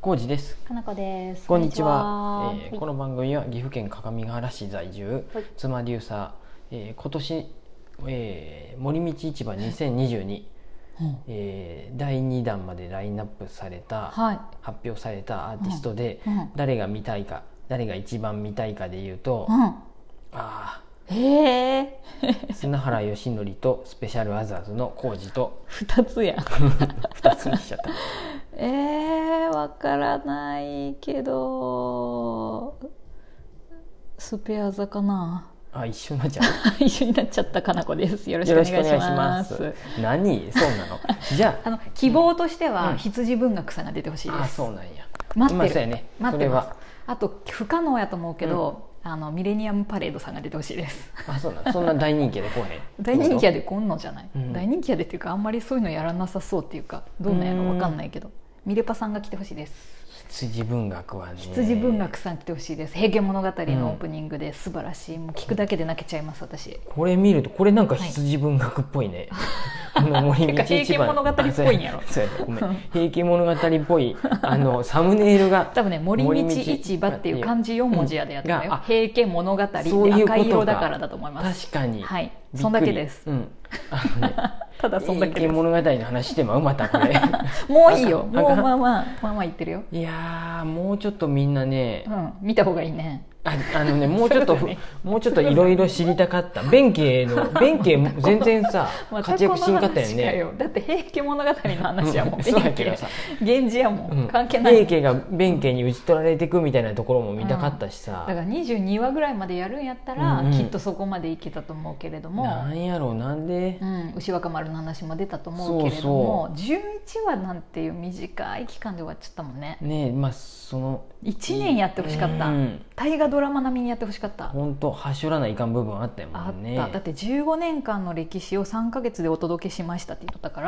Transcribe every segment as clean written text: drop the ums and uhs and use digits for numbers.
浩二です。 かなこです。 こんにちは。この番組は岐阜県各務原市在住、妻デューサー、今年、森道市場2022、第2弾までラインナップされた、発表されたアーティストで、誰が見たいか、誰が一番見たいかでいうと、砂原義則とスペシャルアザーズの浩二と 2つや 2つにしちゃったわからないけどスペアザかな。 一緒になっちゃう一緒になっちゃったかなこです。よろしくお願いします。 何そうなのじゃあ希望としては、羊文学さんが出てほしいです。 そうなんや。 待ってる、 そうやね、 待ってます。あと不可能やと思うけど、ミレニアムパレードさんが出てほしいです。 そうなん、そんな大人気やで来へん大人気やで来んのじゃない、大人気やでっていうか、あんまりそういうのやらなさそうっていうか、どうなんやろ分かんないけど、ミレパさんが来てほしいです。 羊文学はね、 羊文学さん来てほしいです。平家物語のオープニングで素晴らしい、もう聞くだけで泣けちゃいます私。これ見るとこれなんか羊文学っぽいね、 森道平家物語っぽいんやろ。 ごめん、平家物語っぽいサムネイルが多分ね、森道市場っていう漢字4文字やでやったのよ。平家物語って赤色だからだと思います。 確かに、 はい、そんだけです。ただそんだけです。 平家物語の話してもまたこれもういいよ、もうまあまあ言ってるよ。 いやもうちょっとみんなね、 見た方がいいね。 もうちょっといろいろ知りたかった。弁慶全然さ活躍しんかったよね。 だって平家物語の話やもん。そうやけどさ、源氏やもん、関係ない。 平家が弁慶に討ち取られていくみたいなところも見たかったしさ、 だから22話ぐらいまでやるんやったら、きっとそこまでいけたと思うけれども、 なんやろう、なんで、 牛若丸の話も出たと思うけれども、11話なんていう短い期間で終わっちゃったもんね。 その 1年やってほしかった。大河ドラマ並みにやってほしかった。 本当はしょらないかん部分あったよね。 だって15年間の歴史を3ヶ月でお届けしましたって言っとったから、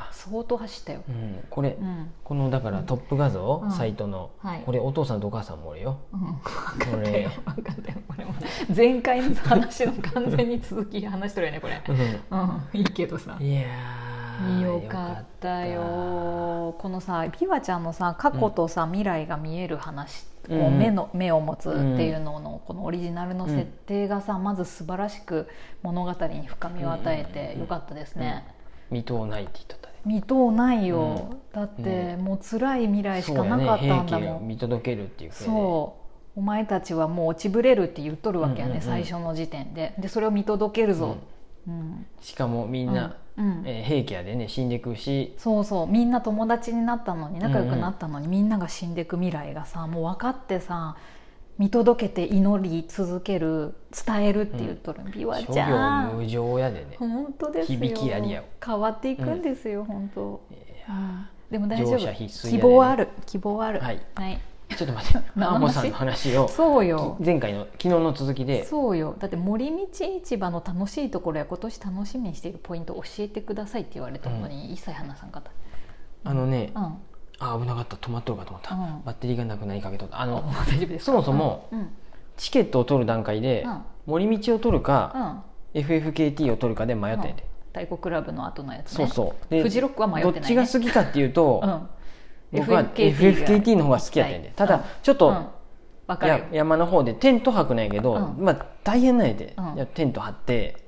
相当走ったよ。 このだからトップ画像、サイトのこれお父さんとお母さんもおるよ。 これ前回の話の完全に続き話しとるよねこれ。いいけどさ、よかったよ。このさ、ビワちゃんのさ、過去とさ、未来が見える話、目を持つっていうののこのオリジナルの設定がさ、まず素晴らしく物語に深みを与えてよかったですね。 見とうないって言っとったね。 見とうないよ、だってもう辛い未来しかなかったんだもん。 見届けるっていう。 そう、お前たちはもう落ちぶれるって言っとるわけやね、最初の時点で。それを見届けるぞ。 しかもみんな平家やでね、死んでいくし、 そうみんな友達になったのに、仲良くなったのに、みんなが死んでいく未来がさ、もう分かってさ、見届けて祈り続ける、伝えるって言っとる。ビワちゃん諸行無常やでね。 本当ですよ。 響きありや。 変わっていくんですよ、本当。でも大丈夫。 希望ある、希望ある。 はい。ちょっと待って、アーモさんの話を、 そうよ、 前回の昨日の続きで。 そうよ、だって森道市場の楽しいところや今年楽しみにしているポイントを教えてくださいって言われたのに、一切話さんかった。 危なかった、止まっとるかと思った。バッテリーがなくなりかけとった。そもそもチケットを取る段階で森道を取るか FFKT を取るかで迷ったんやで。 太鼓クラブの後のやつね。 でフジロックは迷ってないね。 どっちが好きかっていうと、僕は FFKT の方が好きやったんで、ただちょっと山の方でテント泊なんやけど、大変なんやで、テント張って。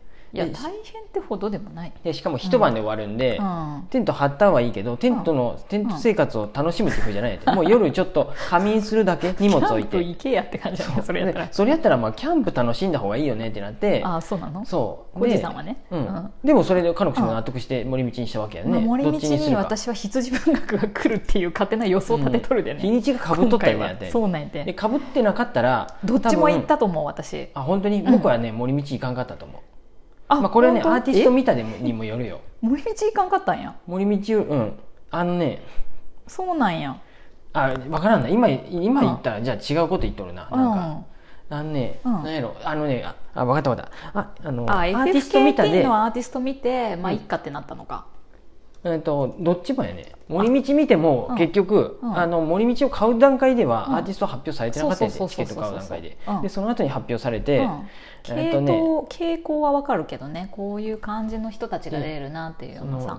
いや大変ってほどでもない。 でしかも一晩で終わるんで、テント張ったはいいけど、テント生活を楽しむっていうふうじゃないやで、もう夜ちょっと仮眠するだけ、荷物置いて。 キャンプ行けやって感じだね。それやったら。 それやったらキャンプ楽しんだ方がいいよねってなって。 そうなの。 そう。 小路さんはね。 でもそれで彼女も納得して森道にしたわけやね。 森道に私は羊文学が来るっていう勝手な予想立てとるでね。 日にちが被っとったよねって。 そうなんやて。 被ってなかったらどっちも行ったと思う私。 本当に僕はね森道行かんかったと思う。これはねアーティスト見たにもよるよ。 森道行かんかったんや。 森道そうなんや。 分からんな、今言ったらじゃあ違うこと言っとるな。なんかなんやろ、分かった分かった。 アーティスト見たで、アーティスト見ていっかってなったのか。 どっちもやね。森道見ても結局森道を買う段階ではアーティストは発表されてなかったんで、チケット買う段階でその後に発表されて、 傾向は分かるけどね、こういう感じの人たちが出るなっていうのさ。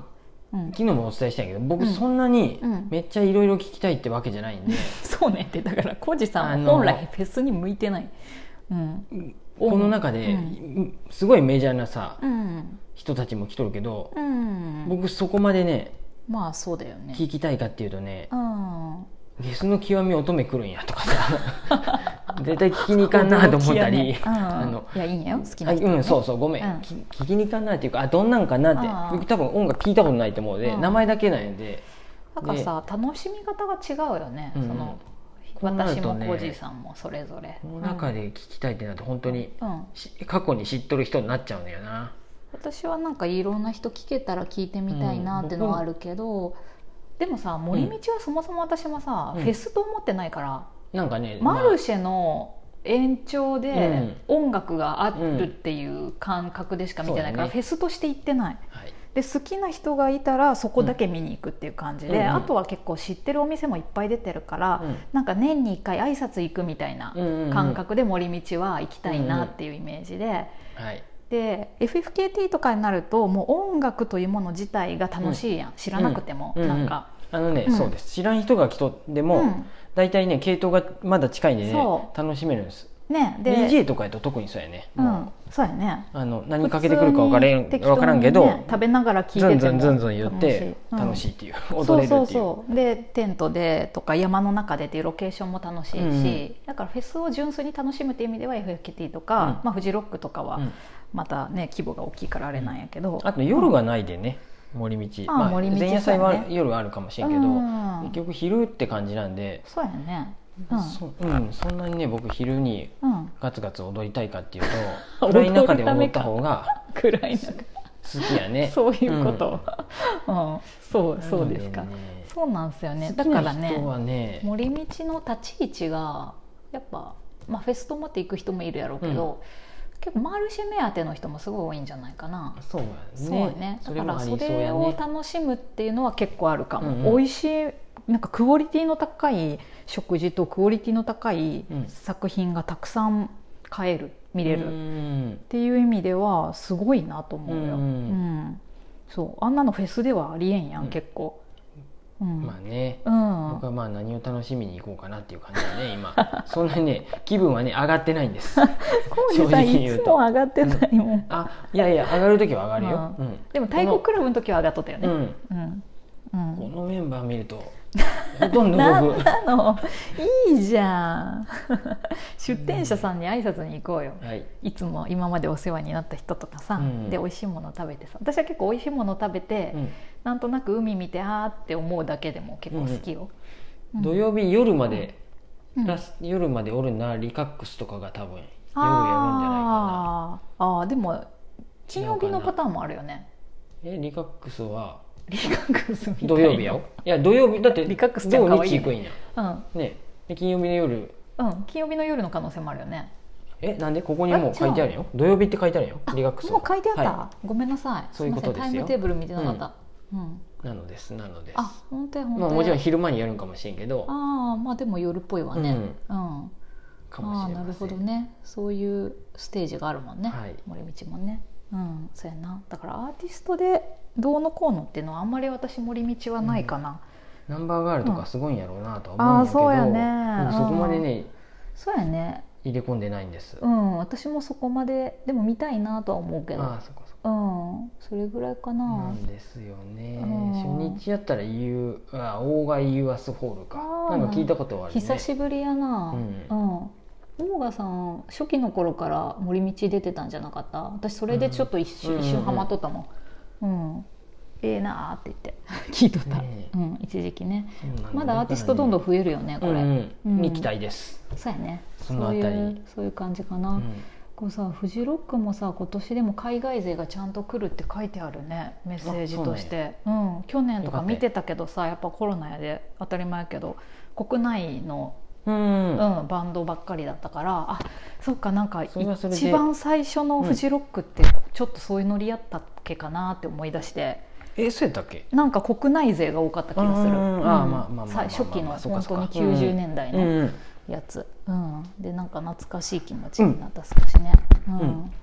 昨日もお伝えしたんやけど、僕そんなにめっちゃいろいろ聞きたいってわけじゃないんで、 そうねって、だからコジさんは本来フェスに向いてない、 この中ですごいメジャーなさ、人たちも来とるけど、僕そこまでね、 まあそうだよね、 聞きたいかっていうとね、ゲスの極み乙女来るんやとかさ絶対聞きに行かんなと思ったり、いやいいんやよ、好きな人、 そうそう、ごめん、聞きに行かんなっていうか、どんなんかなって、僕多分音楽聞いたことないと思うので、名前だけなんで、 なんかさ、楽しみ方が違うよね、その私もコージーさんもそれぞれ、 この中で聞きたいってなると本当に過去に知っとる人になっちゃうんだよな。 私はなんかいろんな人聞けたら聞いてみたいなってのはあるけど、でもさ、森道はそもそも私もさ、フェスと思ってないから、なんかね、マルシェの延長で音楽があるっていう感覚でしか見てないから、フェスとして行ってない、で好きな人がいたらそこだけ見に行くっていう感じで、あとは結構知ってるお店もいっぱい出てるから、なんか年に1回挨拶行くみたいな感覚で森道は行きたいなっていうイメージで、で FFKT とかになるともう音楽というもの自体が楽しいやん、知らなくても、なんかそうです、知らん人が来とっても、大体ね系統がまだ近いんでね、楽しめるんですね。で DJ とかやと特にそうやね、 そうやね、 何かけてくるか分からんけど、 食べながら聴いててもずんずん言って楽しいっていう、踊れるっていう、 そうでテントでとか山の中でっていうロケーションも楽しいし、だからフェスを純粋に楽しむっていう意味では FFKT とか、フジロックとかはまたね規模が大きいからあれなんやけど、 あと夜がないでね、森道、前夜祭は夜あるかもしれんけど、結局昼って感じなんで、 そうやね、 そんなにね僕昼にガツガツ踊りたいかっていうと、暗い中で踊った方が好きやね。 そういうこと、そうですか、そうなんですよね。だからね、森道の立ち位置がやっぱ、フェスと思って行く人もいるやろうけど、結構マルシェ目当ての人もすごい多いんじゃないかな。 そうね、だからそれを楽しむっていうのは結構あるかも、美味しい、なんかクオリティの高い食事とクオリティの高い作品がたくさん買える、見れるっていう意味ではすごいなと思うよ、そうあんなのフェスではありえんやん、結構、 まあね、僕は何を楽しみに行こうかなっていう感じでね、今そんなにね気分はね上がってないんです。 正直言うといつも上がってないもん、 いや上がる時は上がるよ、 でも太鼓クラブの時は上がっとったよね、 このメンバー見るとほとんど僕なんなの、いいじゃん出店者さんに挨拶に行こうよ、いつも今までお世話になった人とかさ、で美味しいもの食べてさ、私は結構美味しいもの食べて、なんとなく海見てって思うだけでも結構好きよ、 土曜日夜まで、夜までおるならリカックスとかが多分夜やるんじゃないかな。 でも金曜日のパターンもあるよね。 リカックスはリカックスみたいな土曜日やよ。いや土曜日だってリカックスちゃんかわいいね。 土日行くんや、ね、で金曜日の夜、 金曜日の夜の可能性もあるよね。 なんでここにもう書いてあるよ、土曜日って書いてあるよ、リカックスもう書いてあった、ごめんなさい、 そういうことですよ、 タイムテーブル見てなかった、 なのです本当もちろん昼間にやるんかもしれんけど、 でも夜っぽいわね、 かもしれない。 なるほどね、そういうステージがあるもんね、森道もね、そうやな。だからアーティストでどうのこうのっていうのはあんまり私森道はないかな、 ナンバーガールとかすごいんやろうなとは思うんだけど、 そうやね、 そこまでね、 そうやね、 入れ込んでないんです。 私もそこまででも見たいなとは思うけど、それぐらいかな。 なんですよね。初日やったら大貝ユアスホールか、なんか聞いたことはあるね。 久しぶりやな。大賀さん初期の頃から森道出てたんじゃなかった？私それでちょっと一瞬ハマっとったもん。なーって言って聞いとった、一時期ね。まだアーティストどんどん増えるよね、これ。 に期待です。 そうやね。 そのあたりそういう感じかな。こうさ、フジロックもさ、今年でも海外勢がちゃんと来るって書いてあるね、メッセージとして。去年とか見てたけどさ、やっぱコロナやで当たり前やけど国内のバンドばっかりだったから、そっか、なんか一番最初のフジロックってちょっとそういうノリやったっけかなって思い出して。 そうやったっけ？ なんか国内勢が多かった気がする。初期の本当に90年代のやつ、でなんか懐かしい気持ちになった少しね。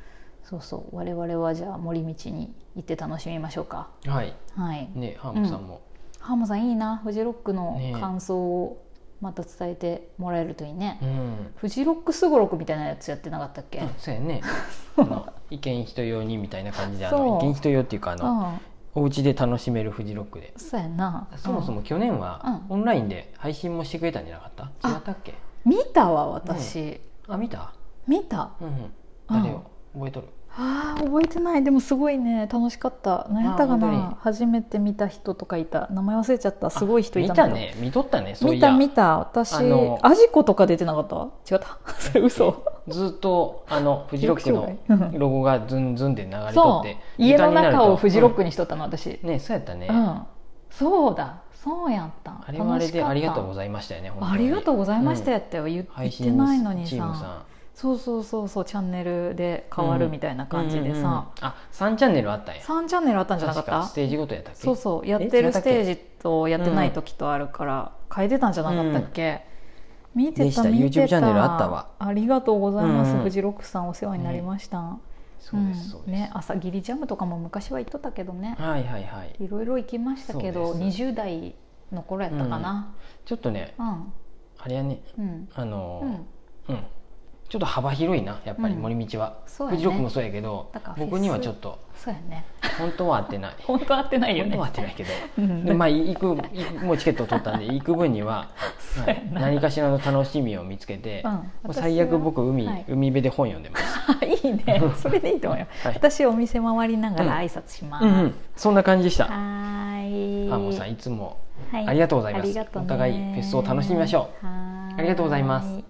そうそう我々はじゃあ森道に行って楽しみましょうか。 はい、 はい、 ね、ハーモさんも、 ハーモさんいいな、フジロックの感想をまた伝えてもらえるといいね、フジロックすごろくみたいなやつやってなかったっけ。 そうやね意見人用にみたいな感じで、意見人用っていうかお家で楽しめるフジロックで。 そうやな。 そもそも去年はオンラインで配信もしてくれたんじゃなかった？違ったっけ？ 見たわ私、 見た？ 見た、 誰よ覚えとる？ 覚えてない。でもすごいね楽しかった。何やったかな、初めて見た人とかいた。名前忘れちゃった。すごい人いたんだ。 見たね、見とったね。そういや見た私アジコとか出てなかった？違ったそれ嘘。 ずっとフジロックのロゴがズンズンで流れとって、 家の中をフジロックにしとったの私。 ね、そうやったね。 そうだ、そうやった。 あれはあれでありがとうございましたよね。 ありがとうございましたやったよ。言ってないのにさ。そうチャンネルで変わるみたいな感じでさ、 3チャンネルあったんや。 3チャンネルあったんじゃなかった？ ステージごとやったっけ？ そうやってるステージとやってない時とあるから変えてたんじゃなかったっけ？見てた YouTube チャンネルあったわ。 ありがとうございます。フジロックさんお世話になりました。そうですね、朝霧ジャムとかも昔は行っとったけどね。いろいろ行きましたけど、20代の頃やったかな。 ちょっとね、あれやね、ちょっと幅広いな、やっぱり森道は。フジロックもそうやけど、僕にはちょっと本当は合ってない。 本当は合ってないよね。 本当は合ってないけど、まあもうチケットを取ったんで行く分には何かしらの楽しみを見つけて、最悪僕海辺で本読んでます。 いいね、それでいいと思うよ。私お店回りながら挨拶します。 そんな感じでした。 ハーモさんいつもありがとうございます。お互いフェスを楽しみましょう。ありがとうございます。